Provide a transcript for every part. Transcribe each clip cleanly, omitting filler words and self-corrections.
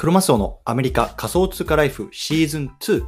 クロマスオのアメリカ仮想通貨ライフシーズン2。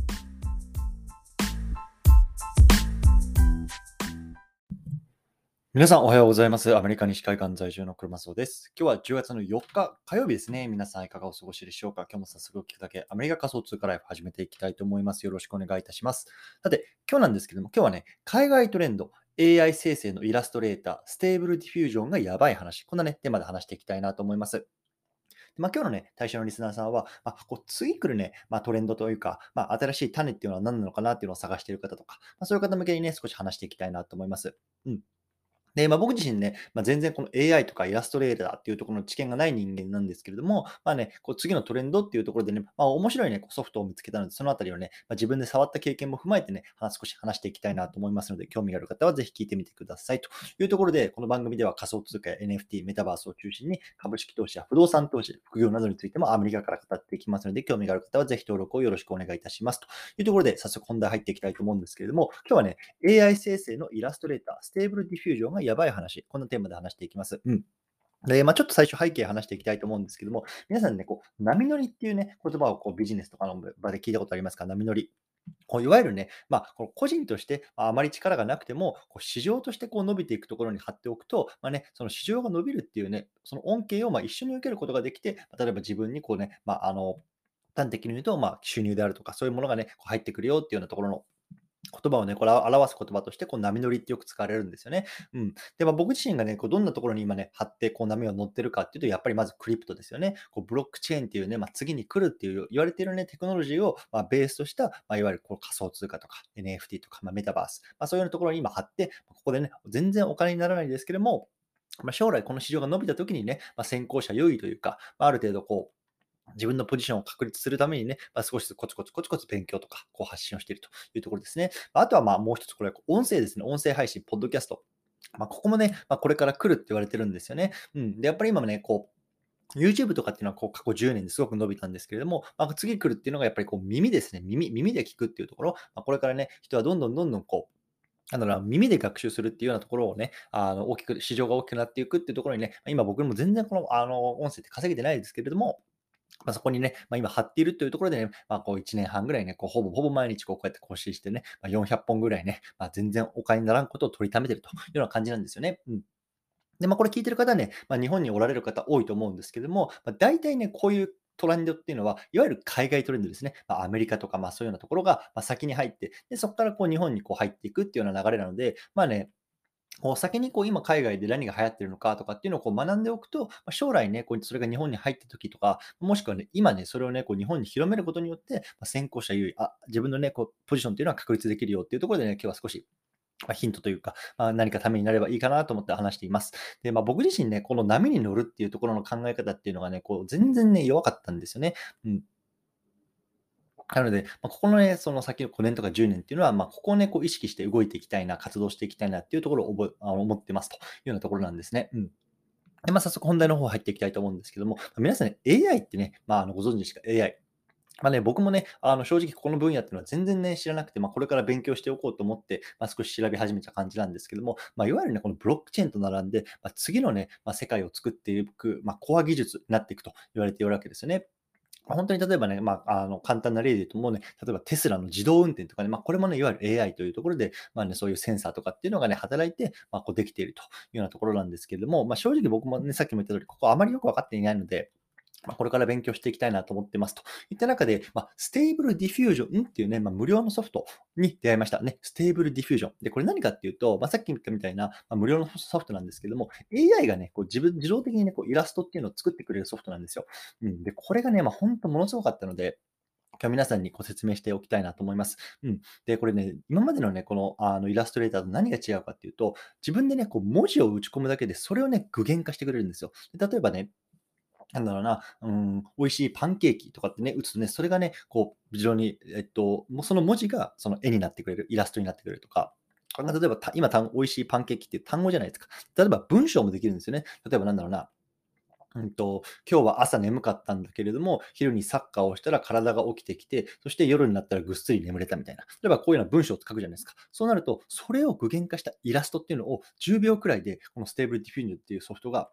皆さんおはようございます。アメリカ西海岸在住のクロマスオです。今日は10月の4日火曜日ですね。皆さんいかがお過ごしでしょうか。今日も早速聞くだけアメリカ仮想通貨ライフ始めていきたいと思います。よろしくお願いいたします。さて、今日なんですけども、今日はね、海外トレンド、AI 生成のイラストレーター、ステーブルディフュージョンがやばい話。こんなね、テーマで話していきたいなと思います。今日のね、対象のリスナーさんは、次来るね、トレンドというか、新しい種っていうのは何なのかなっていうのを探している方とか、そういう方向けにね、少し話していきたいなと思います。うん。で、僕自身ね、全然この AI とかイラストレーターっていうところの知見がない人間なんですけれども、次のトレンドっていうところでね、面白いね、ソフトを見つけたので、そのあたりをね、自分で触った経験も踏まえてね、少し話していきたいなと思いますので、興味がある方はぜひ聞いてみてくださいというところで、この番組では仮想通貨や NFT、メタバースを中心に株式投資や不動産投資、副業などについてもアメリカから語っていきますので、興味がある方はぜひ登録をよろしくお願いいたしますというところで、早速本題入っていきたいと思うんですけれども、今日はね、AI 生成のイラストレーター、ステーブルディフュージョンがやばい話、こんなテーマで話していきます。で、ちょっと最初背景話していきたいと思うんですけども、皆さんね、波乗りっていうね、言葉をビジネスとかの場で聞いたことありますか？波乗り。いわゆるね、この個人として、あまり力がなくても、市場として伸びていくところに貼っておくと、その市場が伸びるっていうね、その恩恵を一緒に受けることができて、例えば自分に端的に言うと、収入であるとか、そういうものがね、入ってくるよっていうようなところの言葉をね、これを表す言葉として、波乗りってよく使われるんですよね。で、僕自身がね、どんなところに今ね、張って、波を乗ってるかっていうと、やっぱりまずクリプトですよね。ブロックチェーンっていうね、次に来るっていう言われているね、テクノロジーを、ベースとした、いわゆる仮想通貨とか NFT とか、メタバース、そういうようなところに今張って、ここでね、全然お金にならないですけども、将来この市場が伸びた時にね、先行者優位というか、ある程度自分のポジションを確立するためにね、少しずつコツコツコツコツ勉強とか、発信をしているというところですね。あとはもう一つ、これは音声ですね。音声配信、ポッドキャスト。ここもね、これから来るって言われてるんですよね。で、やっぱり今もね、YouTube とかっていうのは過去10年ですごく伸びたんですけれども、次来るっていうのがやっぱり耳ですね。耳で聞くっていうところ。これからね、人はどんどんどんどん耳で学習するっていうようなところをね、大きく、市場が大きくなっていくっていうところにね、今僕も全然音声って稼げてないですけれども、そこにね、今貼っているというところでね、1年半ぐらいね、ほぼ毎日こうやって更新してね、400本ぐらいね、全然お金にならんことを取りためてるというような感じなんですよね。で、これ聞いてる方はね、日本におられる方多いと思うんですけども、大体ね、こういうトレンドっていうのは、いわゆる海外トレンドですね。アメリカとか、そういうようなところが、先に入って、で、そこから日本に入っていくっていうような流れなので、先に今海外で何が流行ってるのかとかっていうのを学んでおくと、将来ね、それが日本に入った時とか、もしくはね、今ね、それをね、日本に広めることによって、先行者優位、自分のね、ポジションっていうのは確立できるよっていうところでね、今日は少しヒントというか、何かためになればいいかなと思って話しています。で、僕自身ね、この波に乗るっていうところの考え方っていうのがね、全然ね、弱かったんですよね。うん。なので、ここのね、その先の5年とか10年っていうのは、ここをね、意識して動いていきたいな、活動していきたいなっていうところを思ってますというようなところなんですね。で、早速本題の方入っていきたいと思うんですけども、皆さんね、AI ってね、ご存知ですか？ AI。僕もね、正直ここの分野っていうのは全然ね、知らなくて、これから勉強しておこうと思って、少し調べ始めた感じなんですけども、いわゆるね、このブロックチェーンと並んで、次のね、世界を作っていく、コア技術になっていくと言われているわけですよね。本当に例えばね、簡単な例で言うと、もうね、例えばテスラの自動運転とかね、これもね、いわゆる AI というところで、そういうセンサーとかっていうのがね、働いて、できているというようなところなんですけれども、正直僕もね、さっきも言った通り、ここあまりよくわかっていないので、これから勉強していきたいなと思ってますといった中で、ステーブルディフュージョンっていうね、無料のソフトに出会いましたね。ステーブルディフュージョン。で、これ何かっていうと、さっき言ったみたいな、無料のソフトなんですけども、AI がね、自動的にね、イラストっていうのを作ってくれるソフトなんですよ。で、これがね、本当ものすごかったので、今日皆さんにご説明しておきたいなと思います。で、これね、今までのね、イラストレーターと何が違うかっていうと、自分でね、文字を打ち込むだけで、それをね、具現化してくれるんですよ。で例えばね、なんだろうな、美味しいパンケーキとかってね、打つとね、それがね、非常に、もうその文字がその絵になってくれる、イラストになってくれるとか、例えば、美味しいパンケーキっていう単語じゃないですか。例えば文章もできるんですよね。例えばなんだろうな、今日は朝眠かったんだけれども、昼にサッカーをしたら体が起きてきて、そして夜になったらぐっすり眠れたみたいな。例えばこういうような文章を書くじゃないですか。そうなると、それを具現化したイラストっていうのを10秒くらいで、このステーブルディフュージョンっていうソフトが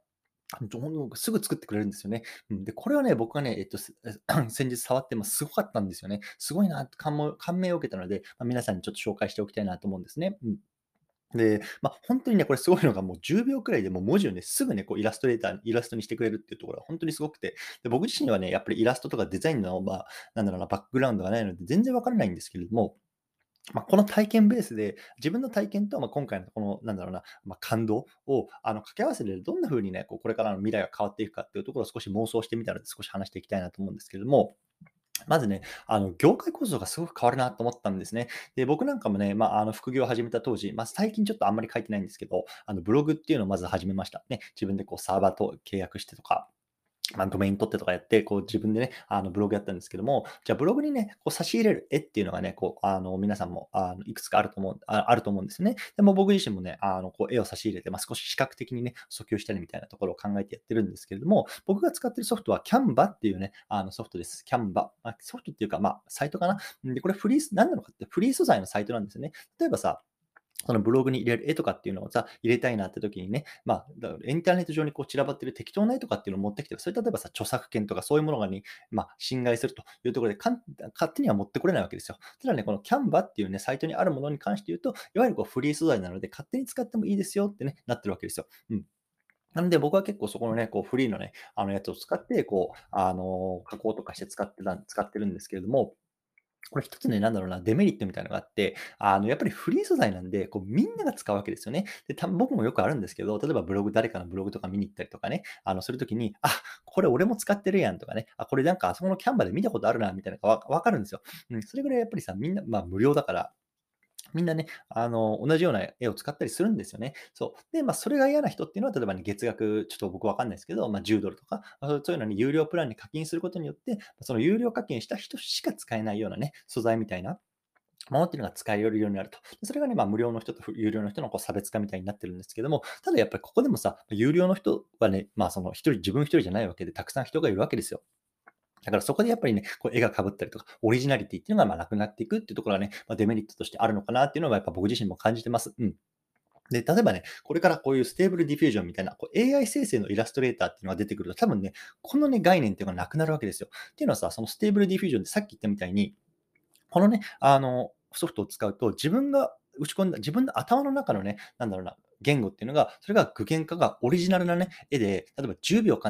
すぐ作ってくれるんですよね。うん、で、これはね、僕がね、先日触ってもすごかったんですよね。すごいな、感銘を受けたので、皆さんにちょっと紹介しておきたいなと思うんですね。うん。で、本当にね、これすごいのがもう10秒くらいでもう文字をね、すぐね、こうイラストにしてくれるっていうところが本当にすごくて、で、僕自身はね、やっぱりイラストとかデザインの、なんだろうな、バックグラウンドがないので全然わからないんですけれども、この体験ベースで、自分の体験と、今回のこの、なんだろうな、感動を、掛け合わせてどんな風にね、こう、これからの未来が変わっていくかっていうところを少し妄想してみたので、少し話していきたいなと思うんですけれども、まずね、業界構造がすごく変わるなと思ったんですね。で、僕なんかもね、副業を始めた当時、最近ちょっとあんまり書いてないんですけど、ブログっていうのをまず始めました。ね、自分でこうサーバーと契約してとか、ドメイン取ってとかやって、こう自分でね、ブログやったんですけども、じゃあブログにね、こう差し入れる絵っていうのがね、こう、皆さんも、いくつかあると思うんですよね。でも僕自身もね、こう絵を差し入れて、少し視覚的にね、訴求したりみたいなところを考えてやってるんですけれども、僕が使ってるソフトは Canva っていうね、ソフトです。Canva。ソフトっていうか、サイトかな。で、これ何なのかってフリー素材のサイトなんですよね。例えばさ、そのブログに入れる絵とかっていうのをさ、入れたいなって時にね、インターネット上にこう散らばってる適当な絵とかっていうのを持ってきて、それ例えばさ、著作権とかそういうものがに、侵害するというところで、勝手には持ってこれないわけですよ。ただね、この Canva っていうね、サイトにあるものに関して言うと、いわゆるこうフリー素材なので、勝手に使ってもいいですよってね、なってるわけですよ。うん。なので、僕は結構そこのね、こうフリーのね、やつを使って、こう、加工とかして使ってるんですけれども、これ一つね、なんだろうな、デメリットみたいなのがあって、やっぱりフリー素材なんで、こうみんなが使うわけですよね。で、僕もよくあるんですけど、例えば誰かのブログとか見に行ったりとかね、するときに、あ、これ俺も使ってるやんとかね、あ、これなんかあそこのキャンバで見たことあるな、みたいなのがわかるんですよ。うん、それぐらいやっぱりさ、みんな、無料だから、みんなね、同じような絵を使ったりするんですよね。そう。で、それが嫌な人っていうのは、例えばね、月額、ちょっと僕わかんないですけど、$10とか、そういうのに有料プランに課金することによって、その有料課金した人しか使えないようなね、素材みたいなものっていうのが使えるようになると。でそれがね、無料の人と有料の人のこう差別化みたいになってるんですけども、ただやっぱりここでもさ、有料の人はね、その自分一人じゃないわけで、たくさん人がいるわけですよ。だからそこでやっぱりね、こう絵が被ったりとか、オリジナリティっていうのがなくなっていくっていうところはね、デメリットとしてあるのかなっていうのはやっぱ僕自身も感じてます。うん。で、例えばね、これからこういうステーブルディフュージョンみたいな、こう AI 生成のイラストレーターっていうのが出てくると、多分ね、このね、概念っていうのがなくなるわけですよ。っていうのはさ、そのステーブルディフュージョンでさっき言ったみたいに、このね、ソフトを使うと、自分が打ち込んだ、自分の頭の中のね、なんだろうな、言語っていうのが、それが具現化がオリジナルなね、絵で、例えば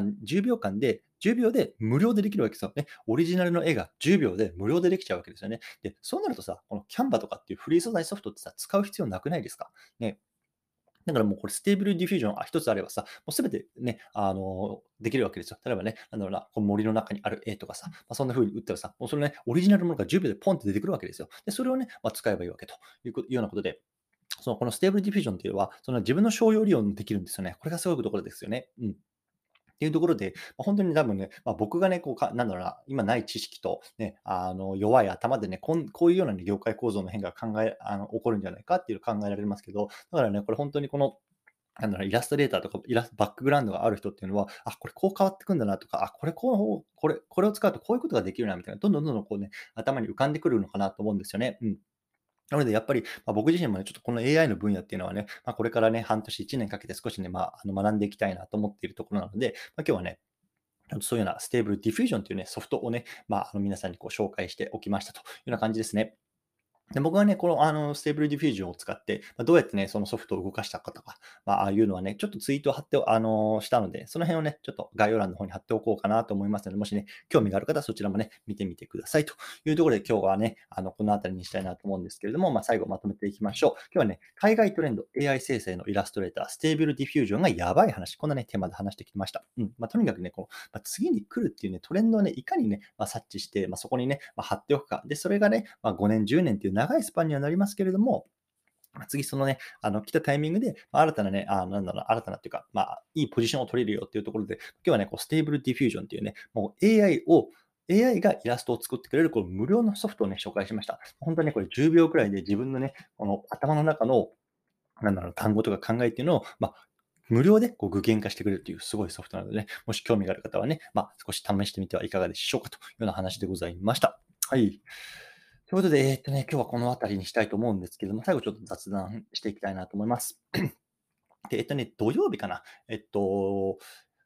10秒で無料でできるわけですよね。オリジナルの絵が10秒で無料でできちゃうわけですよね。で、そうなるとさ、このキャンバとかっていうフリー素材ソフトってさ、使う必要なくないですか？ね。だからもうこれステーブルディフュージョン、一つあればさ、もうすべてね、できるわけですよ。例えばね、なんだろうな、こう森の中にある絵とかさ、そんな風に打ったらさ、もうそれね、オリジナルのものが10秒でポンって出てくるわけですよ。で、それをね、使えばいいわけというようなことで、このステーブルディフュージョンっていうのは、その自分の商用利用もできるんですよね。これがすごいところですよね。うん。っていうところで、本当に多分ね、僕がね、こうなんだろうな、今ない知識とね、弱い頭でね、こういうようなね、業界構造の変化が起こるんじゃないかっていう考えられますけど、だからね、これ本当にこのイラストレーターとか、バックグラウンドがある人っていうのは、あ、これこう変わってくんだなとか、あ、これを使うとこういうことができるなみたいな、どんどんこうね、頭に浮かんでくるのかなと思うんですよね。うん。なのでやっぱり、僕自身もね、ちょっとこの AI の分野っていうのはね、これからね、半年、1年かけて少しね、学んでいきたいなと思っているところなので、今日はね、ちょっとそういうようなステーブルディフュージョンというね、ソフトをね、皆さんにこう紹介しておきましたというような感じですね。で、僕はね、この、ステーブルディフュージョンを使って、どうやってね、そのソフトを動かしたかとか、ああいうのはね、ちょっとツイートを貼って、したので、その辺をね、ちょっと概要欄の方に貼っておこうかなと思いますので、もしね、興味がある方はそちらもね、見てみてくださいというところで、今日はね、この辺りにしたいなと思うんですけれども、最後まとめていきましょう。今日はね、海外トレンド、AI 生成のイラストレーター、ステーブルディフュージョンがやばい話、こんなね、テーマで話してきました。うん。とにかくね、この、次に来るっていうね、トレンドをね、いかにね、察知して、そこにね、貼っておくか。で、それがね、5年、10年っていう長いスパンにはなりますけれども、次そのね、来たタイミングで、新たなね、なんだろうな、新たなっていうか、いいポジションを取れるよっていうところで、今日はね、こうステーブルディフュージョンっていうね、もう AI がイラストを作ってくれるこの無料のソフトをね、紹介しました。本当にね、これ10秒くらいで自分のね、この頭の中の、なんだろう、単語とか考えっていうのを、無料でこう具現化してくれるっていうすごいソフトなのでね、もし興味がある方はね、少し試してみてはいかがでしょうかというような話でございました。はい。ということで、今日はこの辺りにしたいと思うんですけども、最後ちょっと雑談していきたいなと思います。で、土曜日かな。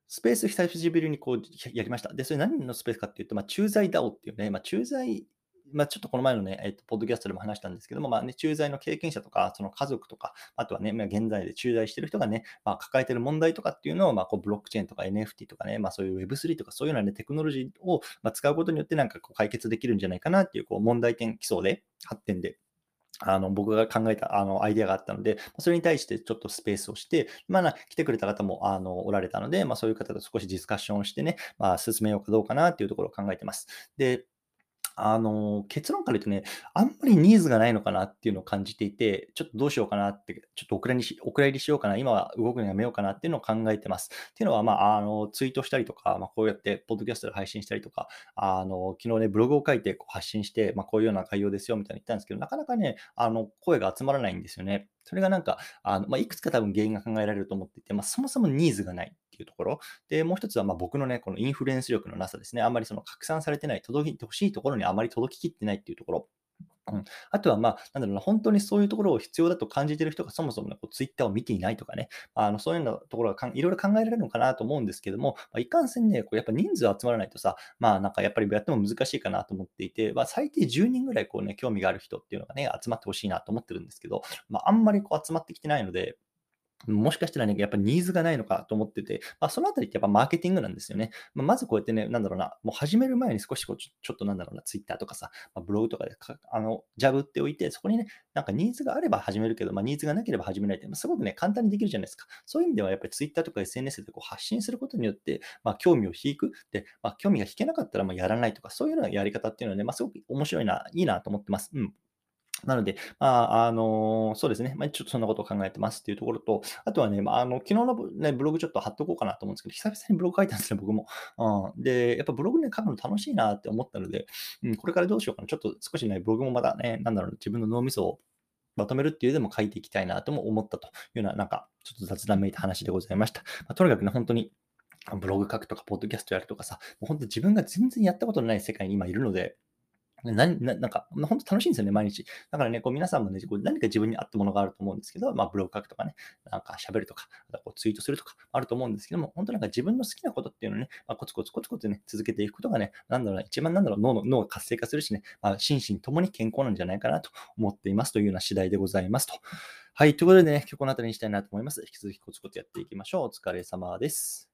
スペース久しぶりにやりました。で、それ何のスペースかっていうと、駐在 DAO っていうね、駐在、ちょっとこの前のね、ポッドキャストでも話したんですけども、駐在の経験者とか、その家族とか、あとはね、現在で駐在してる人がね、抱えてる問題とかっていうのを、ブロックチェーンとか NFT とかね、そういう Web3 とかそういうようなね、テクノロジーを、使うことによってなんか解決できるんじゃないかなっていう、問題点基礎で、発展で僕が考えた、アイデアがあったので、それに対してちょっとスペースをして、来てくれた方も、おられたので、そういう方と少しディスカッションをしてね、進めようかどうかなっていうところを考えてます。で、結論から言うとね、あんまりニーズがないのかなっていうのを感じていて、ちょっとどうしようかなって、ちょっとお蔵入りしようかな、今は動くのやめようかなっていうのを考えてます。っていうのは、ツイートしたりとか、こうやってポッドキャストで配信したりとか、昨日ね、ブログを書いて発信して、こういうような概要ですよみたいに言ったんですけど、なかなかね、声が集まらないんですよね。それがなんか、いくつか多分原因が考えられると思っていて、そもそもニーズがないっていうところ。で、もう一つは僕のね、このインフルエンス力のなさですね。あんまりその拡散されてない、届いてほしいところにあまり届ききってないっていうところ。うん。あとは、なんだろうな、本当にそういうところを必要だと感じている人がそもそもね、ツイッターを見ていないとかね、そういうようなところがいろいろ考えられるのかなと思うんですけども、いかんせんね、やっぱ人数集まらないとさ、なんかやっぱりやっても難しいかなと思っていて、最低10人ぐらい興味がある人っていうのがね、集まってほしいなと思ってるんですけど、あんまり集まってきてないので、もしかしたらね、やっぱりニーズがないのかと思ってて、そのあたりってやっぱマーケティングなんですよね。まずこうやってね、なんだろうな、もう始める前に少しちょっとなんだろうな、ツイッターとかさ、ブログとかでジャブっておいて、そこにね、なんかニーズがあれば始めるけど、ニーズがなければ始めないって、すごくね、簡単にできるじゃないですか。そういう意味ではやっぱりツイッターとか SNS で発信することによって、興味を引く。で、興味が引けなかったらやらないとか、そういうようなやり方っていうのはね、すごく面白いな、いいなと思ってます。うん。なので、そうですね。ちょっとそんなことを考えてますっていうところと、あとはね、昨日のブログちょっと貼っとこうかなと思うんですけど、久々にブログ書いたんですね、僕も。で、やっぱブログね、書くの楽しいなって思ったので、これからどうしようかな。ちょっと少しね、ブログもまたね、なんだろう、自分の脳みそをまとめるっていうでも書いていきたいなとも思ったというような、なんか、ちょっと雑談めいた話でございました。とにかくね、本当に、ブログ書くとか、ポッドキャストやるとかさ、もう本当自分が全然やったことのない世界に今いるので、なんか、本当楽しいんですよね、毎日。だからね、皆さんもね、何か自分に合ったものがあると思うんですけど、ブログ書くとかね、なんか喋るとか、あとはツイートするとかあると思うんですけども、本当なんか自分の好きなことっていうのをね、コツコツコツコツね、続けていくことがね、なんだろうな、一番なんだろう、脳が活性化するしね、心身ともに健康なんじゃないかなと思っていますというような次第でございますと。はい、ということでね、今日この辺りにしたいなと思います。引き続きコツコツやっていきましょう。お疲れ様です。